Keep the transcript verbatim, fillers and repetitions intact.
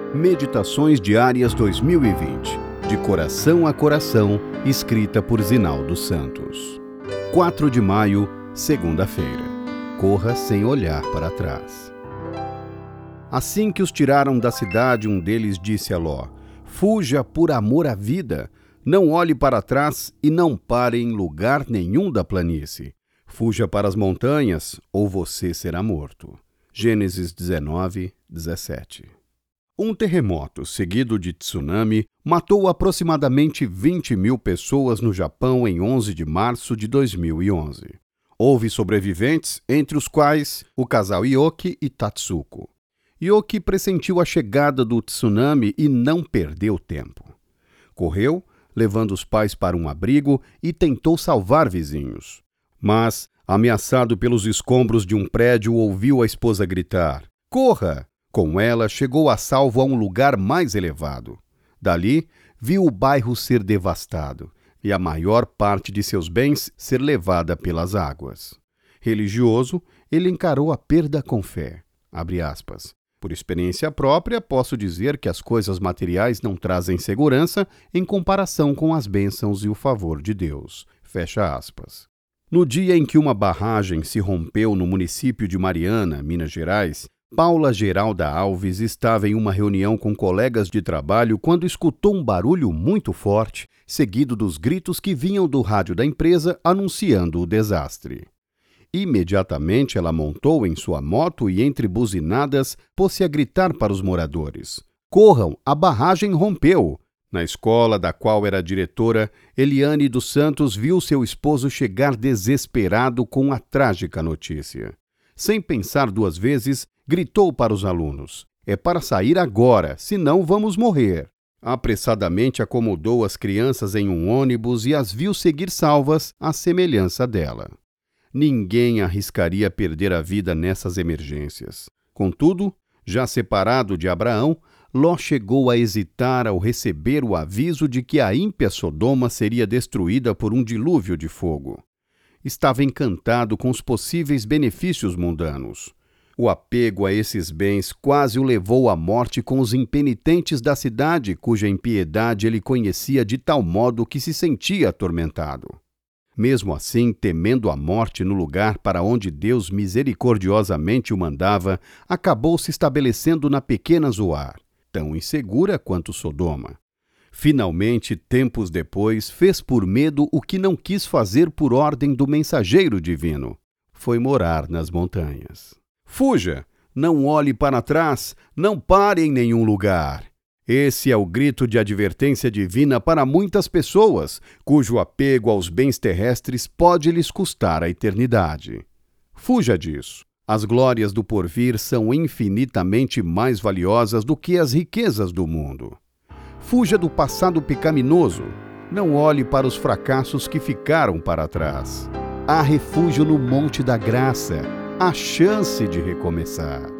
Meditações Diárias dois mil e vinte, de coração a coração, escrita por Zinaldo Santos. quatro de maio, segunda-feira. Corra sem olhar para trás. Assim que os tiraram da cidade, um deles disse a Ló: fuja por amor à vida, não olhe para trás e não pare em lugar nenhum da planície. Fuja para as montanhas, ou você será morto. Gênesis dezenove, dezessete. Um terremoto, seguido de tsunami, matou aproximadamente vinte mil pessoas no Japão em onze de março de dois mil e onze. Houve sobreviventes, entre os quais o casal Yoki e Tatsuko. Yoki pressentiu a chegada do tsunami e não perdeu tempo. Correu, levando os pais para um abrigo e tentou salvar vizinhos. Mas, ameaçado pelos escombros de um prédio, ouviu a esposa gritar: corra! Com ela, chegou a salvo a um lugar mais elevado. Dali, viu o bairro ser devastado e a maior parte de seus bens ser levada pelas águas. Religioso, ele encarou a perda com fé. Abre aspas. Por experiência própria, posso dizer que as coisas materiais não trazem segurança em comparação com as bênçãos e o favor de Deus. Fecha aspas. No dia em que uma barragem se rompeu no município de Mariana, Minas Gerais, Paula Geralda Alves estava em uma reunião com colegas de trabalho quando escutou um barulho muito forte, seguido dos gritos que vinham do rádio da empresa anunciando o desastre. Imediatamente ela montou em sua moto e, entre buzinadas, pôs-se a gritar para os moradores: corram, a barragem rompeu! Na escola da qual era diretora, Eliane dos Santos viu seu esposo chegar desesperado com a trágica notícia. Sem pensar duas vezes, gritou para os alunos: é para sair agora, senão vamos morrer. Apressadamente acomodou as crianças em um ônibus e as viu seguir salvas à semelhança dela. Ninguém arriscaria perder a vida nessas emergências. Contudo, já separado de Abraão, Ló chegou a hesitar ao receber o aviso de que a ímpia Sodoma seria destruída por um dilúvio de fogo. Estava encantado com os possíveis benefícios mundanos. O apego a esses bens quase o levou à morte com os impenitentes da cidade, cuja impiedade ele conhecia de tal modo que se sentia atormentado. Mesmo assim, temendo a morte no lugar para onde Deus misericordiosamente o mandava, acabou se estabelecendo na pequena Zoar, tão insegura quanto Sodoma. Finalmente, tempos depois, fez por medo o que não quis fazer por ordem do mensageiro divino. Foi morar nas montanhas. Fuja! Não olhe para trás! Não pare em nenhum lugar! Esse é o grito de advertência divina para muitas pessoas, cujo apego aos bens terrestres pode lhes custar a eternidade. Fuja disso. As glórias do porvir são infinitamente mais valiosas do que as riquezas do mundo. Fuja do passado pecaminoso. Não olhe para os fracassos que ficaram para trás. Há refúgio no Monte da Graça. Há chance de recomeçar.